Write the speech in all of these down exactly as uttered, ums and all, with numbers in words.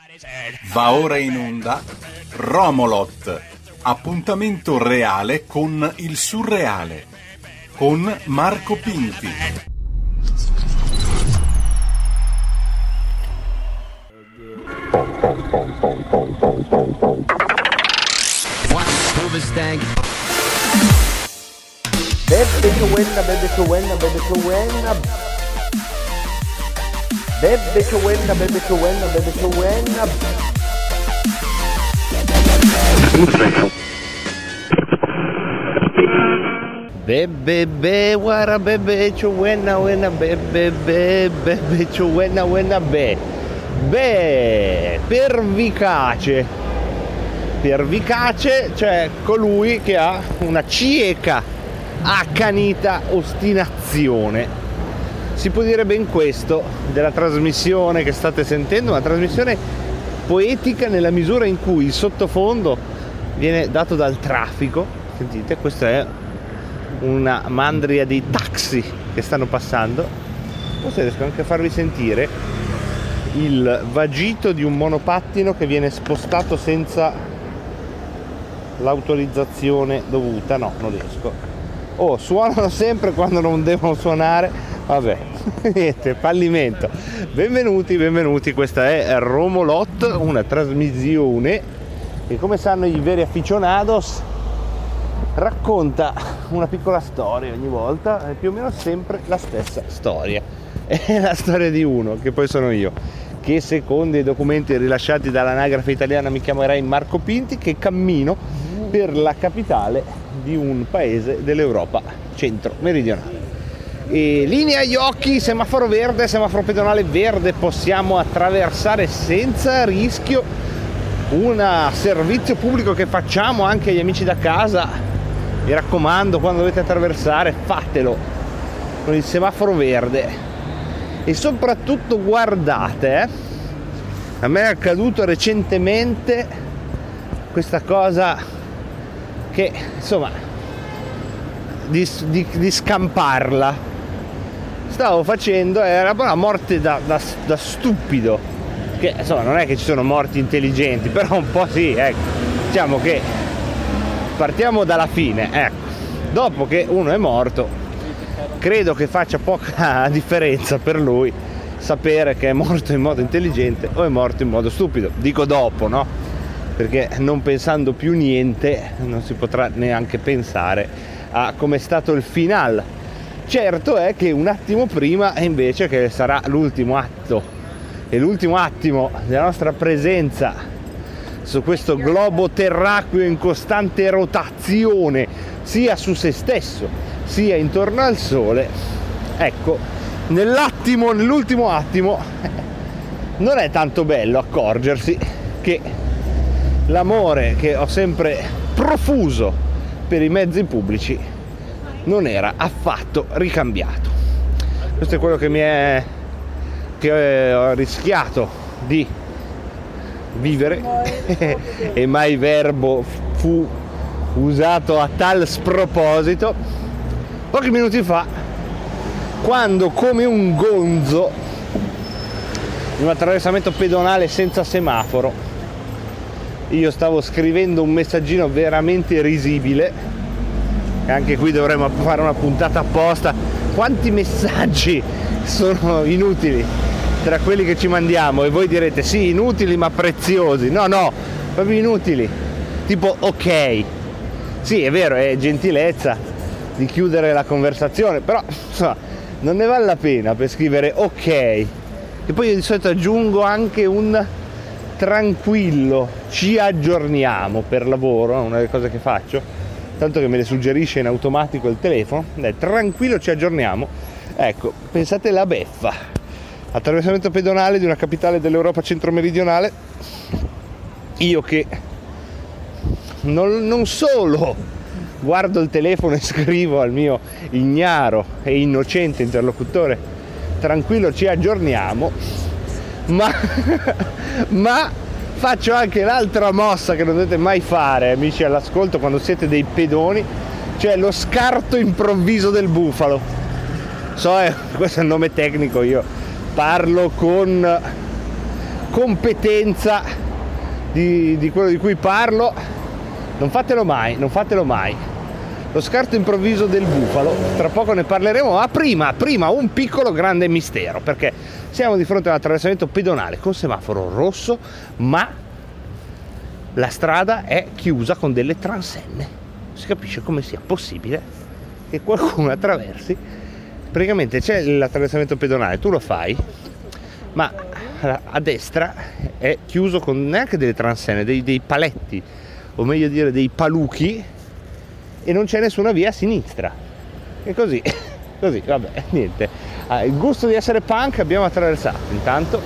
Va ora in onda Romolot, appuntamento reale con il surreale, con Marco Pinti. Bebe che buena, bebe che buena, bebe che buena. Bebe che buena, bebe che buena, bebe che buena. Bebe be, guara bebe che buena, buena, bebe be, bebe che buena, buena, be. Be, pervicace. Pervicace, cioè colui che ha una cieca, accanita ostinazione. Si può dire ben questo della trasmissione che state sentendo, una trasmissione poetica nella misura in cui il sottofondo viene dato dal traffico. Sentite, questa è una mandria dei taxi che stanno passando. Forse riesco anche a farvi sentire il vagito di un monopattino che viene spostato senza l'autorizzazione dovuta. No, non riesco. Oh, suonano sempre quando non devono suonare. Vabbè, niente, fallimento. Benvenuti, benvenuti, questa è Romolot, una trasmissione che, come sanno i veri aficionados, racconta una piccola storia ogni volta, è più o meno sempre la stessa storia. È la storia di uno, che poi sono io, che secondo i documenti rilasciati dall'anagrafe italiana mi chiamerei Marco Pinti, che cammino per la capitale di un paese dell'Europa centro-meridionale. E linea agli occhi, semaforo verde, semaforo pedonale verde, possiamo attraversare senza rischio. Un servizio pubblico che facciamo anche agli amici da casa, mi raccomando, quando dovete attraversare fatelo con il semaforo verde. E soprattutto guardate, eh, a me è accaduto recentemente questa cosa che insomma di, di, di scamparla stavo facendo, era una morte da, da, da stupido, che insomma non è che ci sono morti intelligenti, però un po' sì, ecco, diciamo che partiamo dalla fine, ecco, dopo che uno è morto credo che faccia poca differenza per lui sapere che è morto in modo intelligente o è morto in modo stupido, dico dopo, no? Perché non pensando più niente non si potrà neanche pensare a com'è stato il finale. Certo è che un attimo prima, invece, che sarà l'ultimo atto e l'ultimo attimo della nostra presenza su questo globo terracqueo in costante rotazione, sia su se stesso sia intorno al sole, ecco, nell'attimo, nell'ultimo attimo, non è tanto bello accorgersi che l'amore che ho sempre profuso per i mezzi pubblici non era affatto ricambiato. Questo è quello che mi è che ho rischiato di vivere e mai verbo fu usato a tal sproposito pochi minuti fa, quando come un gonzo in un attraversamento pedonale senza semaforo io stavo scrivendo un messaggino veramente risibile. E anche qui dovremmo fare una puntata apposta. Quanti messaggi sono inutili tra quelli che ci mandiamo, e voi direte sì, inutili ma preziosi. No, no, proprio inutili. Tipo ok. Sì, è vero, è gentilezza di chiudere la conversazione, però insomma, non ne vale la pena per scrivere ok. E poi io di solito aggiungo anche un tranquillo, ci aggiorniamo per lavoro, è una delle cose che faccio, tanto che me le suggerisce in automatico il telefono. Dai, tranquillo, ci aggiorniamo. Ecco, pensate la beffa. Attraversamento pedonale di una capitale dell'Europa centro-meridionale. Io che non, non solo guardo il telefono e scrivo al mio ignaro e innocente interlocutore tranquillo, ci aggiorniamo, ma, ma faccio anche l'altra mossa che non dovete mai fare, amici all'ascolto, quando siete dei pedoni, cioè lo scarto improvviso del bufalo. So, eh, questo è il nome tecnico, io parlo con competenza di, di quello di cui parlo, non fatelo mai, non fatelo mai. Lo scarto improvviso del bufalo, tra poco ne parleremo, ma prima, prima un piccolo grande mistero, perché siamo di fronte a un attraversamento pedonale con semaforo rosso, ma la strada è chiusa con delle transenne. Si capisce come sia possibile che qualcuno attraversi. Praticamente c'è l'attraversamento pedonale, tu lo fai, ma a destra è chiuso con neanche delle transenne, dei, dei paletti, o meglio dire dei paluchi, e non c'è nessuna via a sinistra. E così, così, vabbè, niente. Ah, il gusto di essere punk abbiamo attraversato. Intanto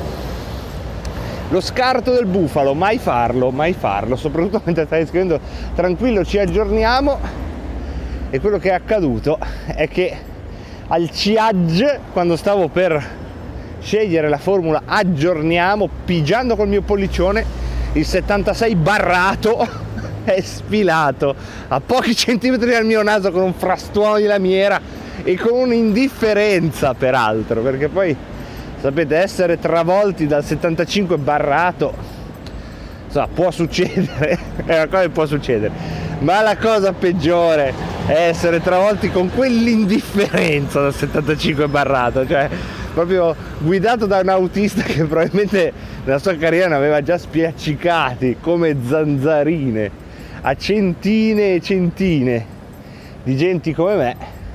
lo scarto del bufalo, mai farlo, mai farlo, soprattutto mentre stai scrivendo tranquillo, ci aggiorniamo. E quello che è accaduto è che al C I A G, quando stavo per scegliere la formula aggiorniamo, pigiando col mio pollicione, il settantasei barrato è sfilato a pochi centimetri dal mio naso con un frastuono di lamiera e con un'indifferenza peraltro, perché poi sapete, essere travolti dal settantacinque barrato, insomma, può succedere, è una cosa che può succedere, ma la cosa peggiore è essere travolti con quell'indifferenza dal settantacinque barrato, cioè proprio guidato da un autista che probabilmente nella sua carriera ne aveva già spiaccicati come zanzarine a centine e centine di genti come me.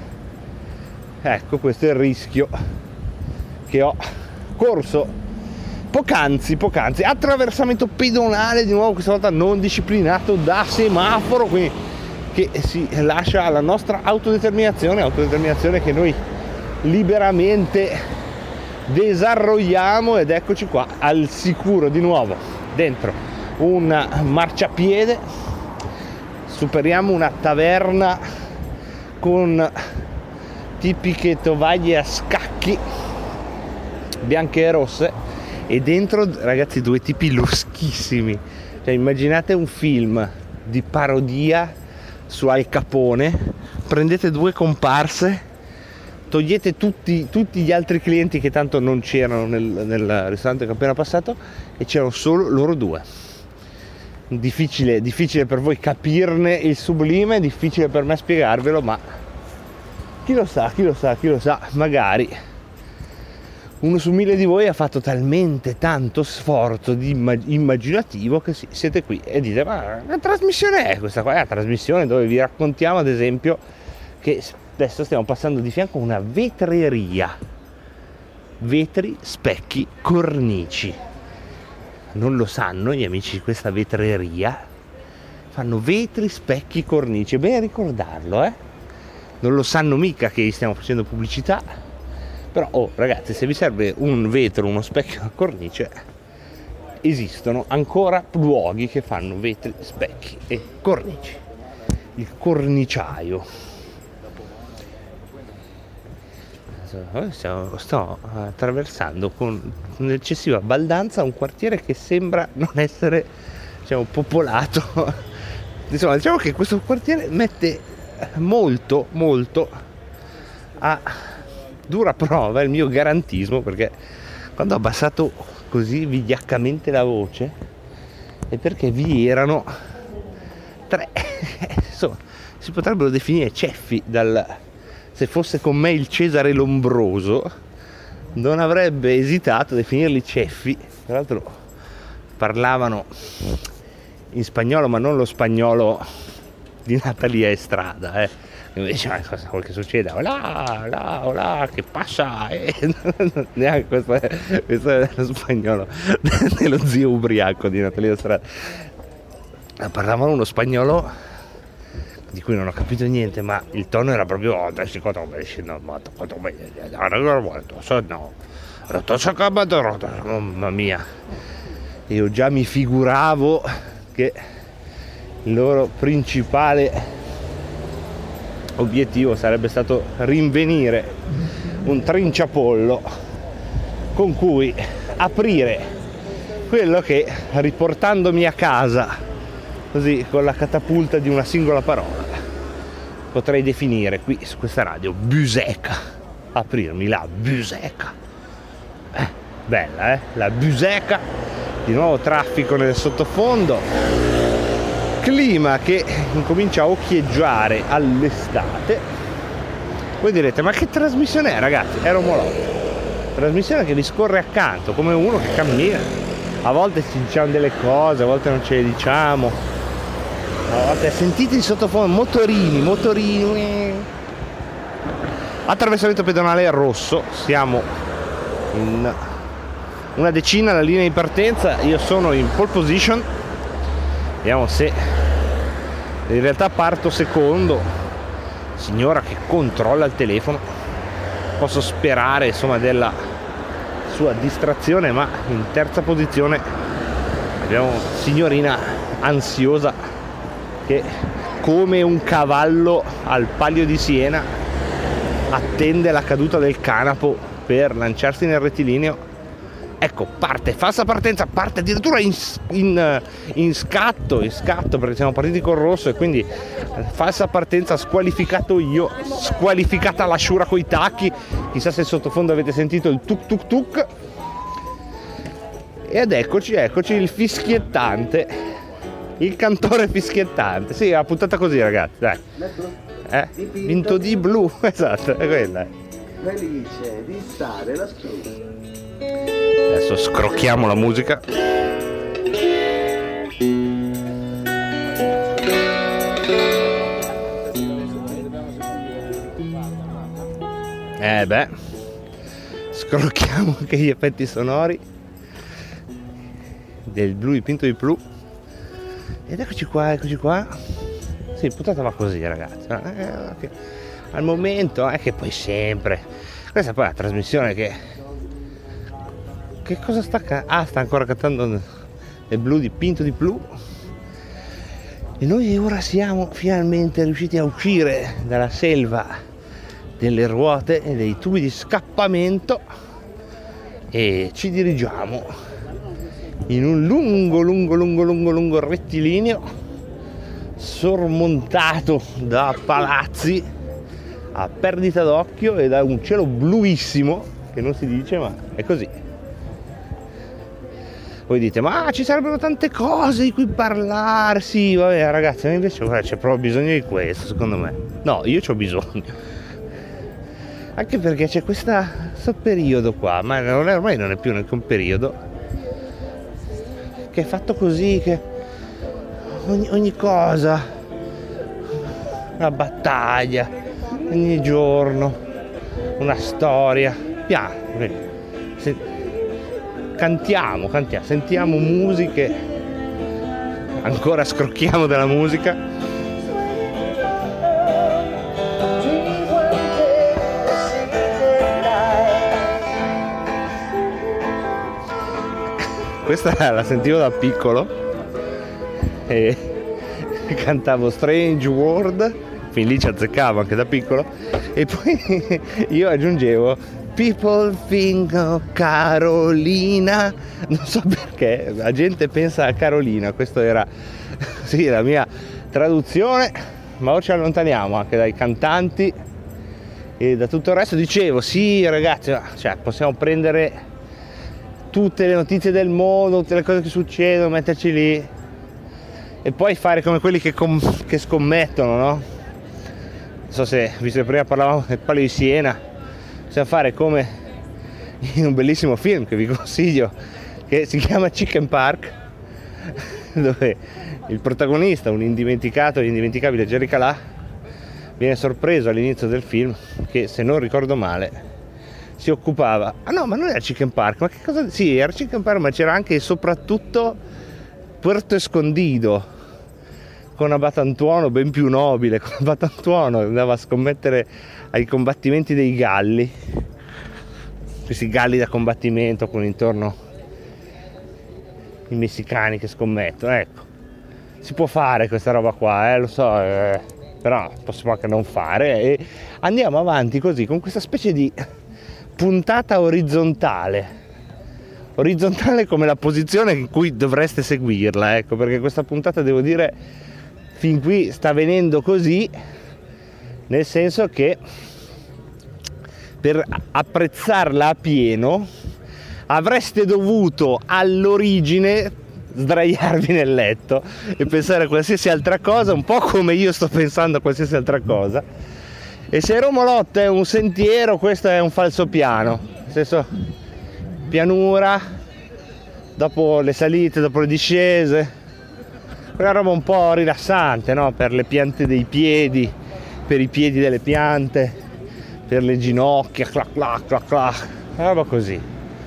Ecco, questo è il rischio che ho corso poc'anzi, poc'anzi. Attraversamento pedonale, di nuovo questa volta non disciplinato da semaforo, quindi che si lascia alla nostra autodeterminazione, autodeterminazione che noi liberamente desarrogliamo. Ed eccoci qua al sicuro di nuovo dentro un marciapiede. Superiamo una taverna con tipiche tovaglie a scacchi bianche e rosse, e dentro, ragazzi, due tipi loschissimi. Cioè, immaginate un film di parodia su Al Capone, prendete due comparse, togliete tutti, tutti gli altri clienti che tanto non c'erano nel, nel ristorante che ho appena passato, e c'erano solo loro due. Difficile, difficile per voi capirne il sublime, difficile per me spiegarvelo, ma chi lo sa, chi lo sa, chi lo sa, magari uno su mille di voi ha fatto talmente tanto sforzo di immag- immaginativo che sì, siete qui e dite: ma che trasmissione è questa qua? È una trasmissione dove vi raccontiamo, ad esempio, che adesso stiamo passando di fianco a una vetreria, vetri, specchi, cornici. Non lo sanno gli amici di questa vetreria, fanno vetri, specchi, cornici, è bene ricordarlo, eh? Non lo sanno mica che stiamo facendo pubblicità, però, oh ragazzi, se vi serve un vetro, uno specchio, una cornice, esistono ancora luoghi che fanno vetri, specchi e cornici. Il corniciaio. Stiamo, sto attraversando con un'eccessiva baldanza un quartiere che sembra non essere, diciamo, popolato. Insomma, diciamo che questo quartiere mette molto molto a dura prova il mio garantismo, perché quando ho abbassato così vigliaccamente la voce è perché vi erano tre insomma, si potrebbero definire ceffi. Dal se fosse con me il Cesare Lombroso non avrebbe esitato a definirli ceffi. Tra l'altro parlavano in spagnolo, ma non lo spagnolo di Natalia Estrada, eh. E diceva: cosa vuoi che succeda? Olà, olà, olà, che passa? Eh. Neanche questo è, questo è lo spagnolo dello zio ubriaco di Natalia Estrada. Parlavano uno spagnolo di cui non ho capito niente, ma il tono era proprio: mamma mia. Io già mi figuravo che il loro principale obiettivo sarebbe stato rinvenire un trinciapollo con cui aprire quello che, riportandomi a casa così con la catapulta di una singola parola, potrei definire qui su questa radio Buseca. Aprirmi la Buseca. Eh, bella, eh? La Buseca, di nuovo traffico nel sottofondo, clima che incomincia a occhieggiare all'estate. Voi direte, ma che trasmissione è, ragazzi? È Romolotto, trasmissione che vi scorre accanto come uno che cammina. A volte ci diciamo delle cose, a volte non ce le diciamo, a volte sentite in sottofondo motorini, motorini. Attraversamento pedonale rosso, siamo in una decina alla linea di partenza, io sono in pole position, vediamo se in realtà parto secondo, signora che controlla il telefono, posso sperare insomma della sua distrazione, ma in terza posizione abbiamo signorina ansiosa che come un cavallo al Palio di Siena attende la caduta del canapo per lanciarsi nel rettilineo. Ecco, parte, falsa partenza, parte addirittura in, in, in scatto, in scatto perché siamo partiti col rosso e quindi falsa partenza, squalificato io, squalificata la Shura coi tacchi, chissà se sottofondo avete sentito il tuk tuk tuk. Ed eccoci, eccoci il fischiettante, il cantore fischiettante, sì, la puntata così ragazzi, dai. Eh? Vinto di blu, esatto, è quella. Felice di stare la screw. Adesso scrocchiamo la musica. Eh beh, scrocchiamo anche gli effetti sonori del blu dipinto di blu. Ed eccoci qua, eccoci qua. Sì, puntata va così ragazzi. Eh, al momento è eh, che poi sempre. Questa poi è la trasmissione che. Che cosa sta cantando? Ah, sta ancora cantando nel blu dipinto di blu. E noi ora siamo finalmente riusciti a uscire dalla selva delle ruote e dei tubi di scappamento e ci dirigiamo in un lungo, lungo, lungo, lungo, lungo rettilineo sormontato da palazzi a perdita d'occhio e da un cielo bluissimo che non si dice, ma è così. Voi dite, ma ci sarebbero tante cose di cui parlare. Sì, vabbè ragazzi, ma invece guarda, c'è proprio bisogno di questo, secondo me. No, io c'ho bisogno. Anche perché c'è questa, questo periodo qua, ma non è, ormai non è più neanche un periodo, che è fatto così, che ogni, ogni cosa, una battaglia, ogni giorno, una storia. Piano, se, cantiamo, cantiamo, sentiamo musiche, ancora scrocchiamo della musica. Questa la sentivo da piccolo e cantavo Strange World, fin lì ci azzeccavo anche da piccolo, e poi io aggiungevo People think of Carolina, non so perché la gente pensa a Carolina, questo era sì la mia traduzione, ma ora ci allontaniamo anche dai cantanti e da tutto il resto. Dicevo, sì ragazzi, cioè, possiamo prendere tutte le notizie del mondo, tutte le cose che succedono, metterci lì e poi fare come quelli che, com- che scommettono, no? Non so se, visto che prima parlavamo del Palio di Siena, possiamo fare come in un bellissimo film che vi consiglio, che si chiama Chicken Park, dove il protagonista, un indimenticato e indimenticabile Jerry Calà, viene sorpreso all'inizio del film che, se non ricordo male, si occupava, ah no, ma non era Chicken Park, ma che cosa, sì, era Chicken Park, ma c'era anche e soprattutto Puerto Escondido, con Abatantuono ben più nobile. Con Abatantuono andava a scommettere ai combattimenti dei galli, questi galli da combattimento con intorno i messicani che scommettono. Ecco, si può fare questa roba qua, eh, lo so, eh, però possiamo anche non fare, e andiamo avanti così con questa specie di puntata orizzontale orizzontale come la posizione in cui dovreste seguirla, ecco, perché questa puntata, devo dire, fin qui sta venendo così, nel senso che per apprezzarla a pieno avreste dovuto all'origine sdraiarvi nel letto e pensare a qualsiasi altra cosa, un po' come io sto pensando a qualsiasi altra cosa. E se Romolot è un sentiero, questo è un falsopiano, nel senso pianura, dopo le salite, dopo le discese, una roba un po' rilassante, no? Per le piante dei piedi, per i piedi delle piante, per le ginocchia, clac clac clac clac, una roba così.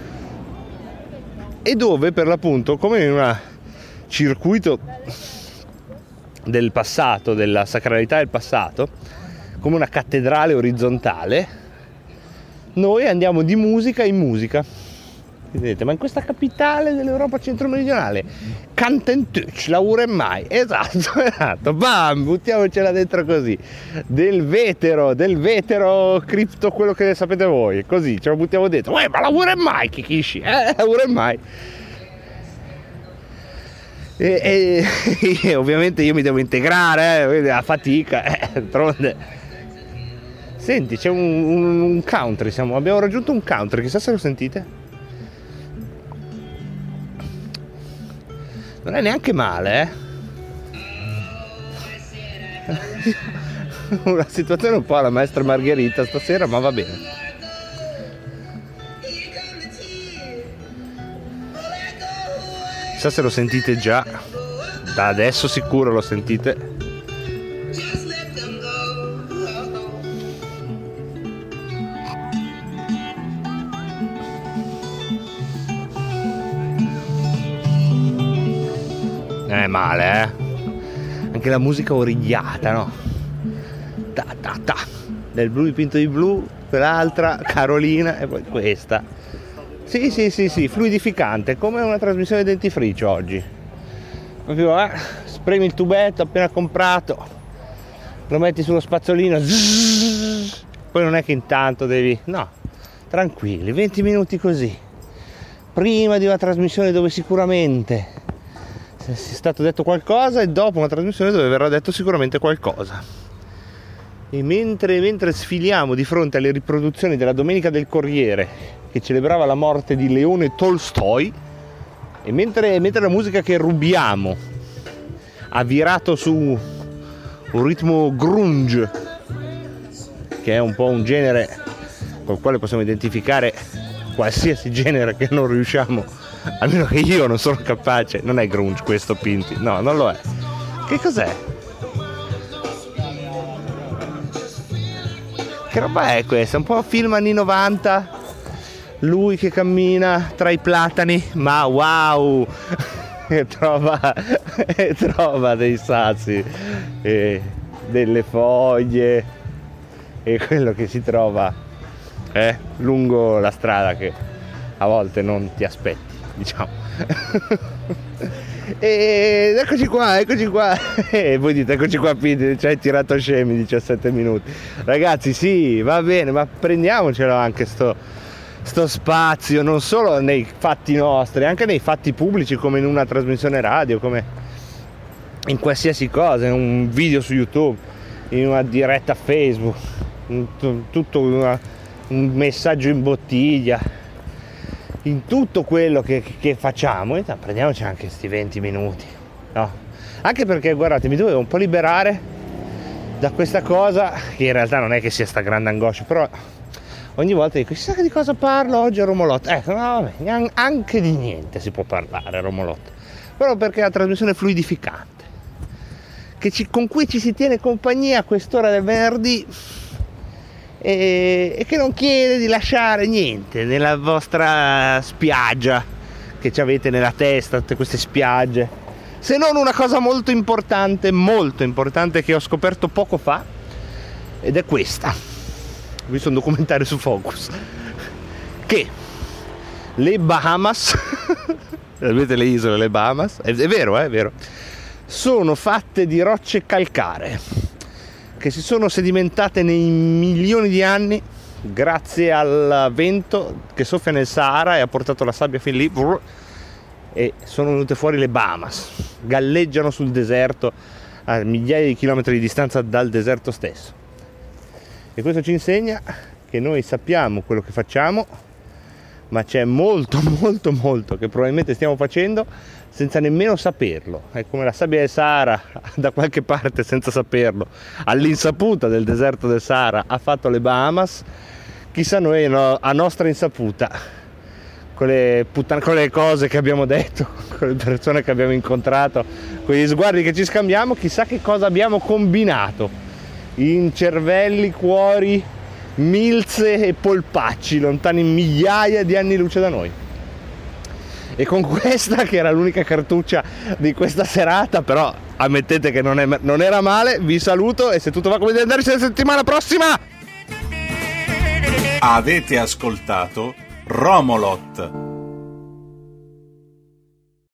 E dove per l'appunto, come in un circuito del passato, della sacralità del passato, come una cattedrale orizzontale, noi andiamo di musica in musica. Vedete, ma in questa capitale dell'Europa centro-meridionale, canta in touch, lavora mai, esatto, esatto, bam, buttiamocela dentro così, del vetero, del vetero cripto, quello che sapete voi, così, ce lo buttiamo dentro, uè, ma lavora mai, Kikishi, eh, lavora mai. E, e, e ovviamente io mi devo integrare, eh, a fatica, eh, d'altronde. Senti, c'è un, un, un country, siamo, abbiamo raggiunto un country, chissà se lo sentite. Non è neanche male, eh? Una situazione un po' alla maestra Margherita stasera, ma va bene. Chissà se lo sentite già. Da adesso sicuro lo sentite. Non è male, eh? Anche la musica origliata, no? Ta ta ta. Del blu dipinto di blu, quell'altra, Carolina e poi questa. Sì, sì, sì, sì, fluidificante, come una trasmissione di dentifricio oggi. Proprio, eh? Spremi il tubetto appena comprato, lo metti sullo spazzolino, zzz, poi non è che intanto devi... No, tranquilli, venti minuti così. Prima di una trasmissione dove sicuramente... è stato detto qualcosa e dopo una trasmissione dove verrà detto sicuramente qualcosa. E mentre, mentre sfiliamo di fronte alle riproduzioni della Domenica del Corriere che celebrava la morte di Leone Tolstoi, e mentre, mentre la musica che rubiamo ha virato su un ritmo grunge, che è un po' un genere col quale possiamo identificare qualsiasi genere che non riusciamo, almeno che io non sono capace. Non è grunge questo, Pinti, no, non lo è. Che cos'è? Che roba è questa? Un po' film anni novanta, lui che cammina tra i platani, ma wow, e trova, e trova dei sassi e delle foglie e quello che si trova eh, lungo la strada, che a volte non ti aspetti, diciamo. Ed eccoci qua, eccoci qua. E voi dite, eccoci qua, Pete, ci hai tirato scemi diciassette minuti. Ragazzi, sì, va bene, ma prendiamocelo anche sto, sto spazio, non solo nei fatti nostri, anche nei fatti pubblici, come in una trasmissione radio, come in qualsiasi cosa, in un video su YouTube, in una diretta Facebook, in tutto una, un messaggio in bottiglia, in tutto quello che, che facciamo. E prendiamoci anche questi venti minuti, no? Anche perché, guardate, mi dovevo un po' liberare da questa cosa, che in realtà non è che sia sta grande angoscia, però ogni volta dico, chissà di cosa parlo oggi a Romolot. Ecco, no, vabbè, anche di niente si può parlare a Romolot, però perché è una trasmissione fluidificante, che ci, con cui ci si tiene compagnia a quest'ora del venerdì, e, e che non chiede di lasciare niente nella vostra spiaggia che ci avete nella testa, tutte queste spiagge, se non una cosa molto importante, molto importante, che ho scoperto poco fa, ed è questa. Ho visto un documentario su Focus, che le Bahamas vedete le isole, le Bahamas, è, è vero, eh, è vero, sono fatte di rocce calcaree che si sono sedimentate nei milioni di anni grazie al vento che soffia nel Sahara e ha portato la sabbia fin lì, e sono venute fuori le Bahamas. Galleggiano sul deserto a migliaia di chilometri di distanza dal deserto stesso, e questo ci insegna che noi sappiamo quello che facciamo ma c'è molto molto molto che probabilmente stiamo facendo senza nemmeno saperlo. È come la sabbia del Sahara, da qualche parte senza saperlo, all'insaputa del deserto del Sahara ha fatto le Bahamas, chissà noi no, a nostra insaputa, con le, puttan- con le cose che abbiamo detto, con le persone che abbiamo incontrato, con gli sguardi che ci scambiamo, chissà che cosa abbiamo combinato in cervelli, cuori, milze e polpacci lontani migliaia di anni luce da noi. E con questa, che era l'unica cartuccia di questa serata, però ammettete che non, è, non era male, vi saluto e se tutto va come deve andare, la settimana prossima! Avete ascoltato Romolot.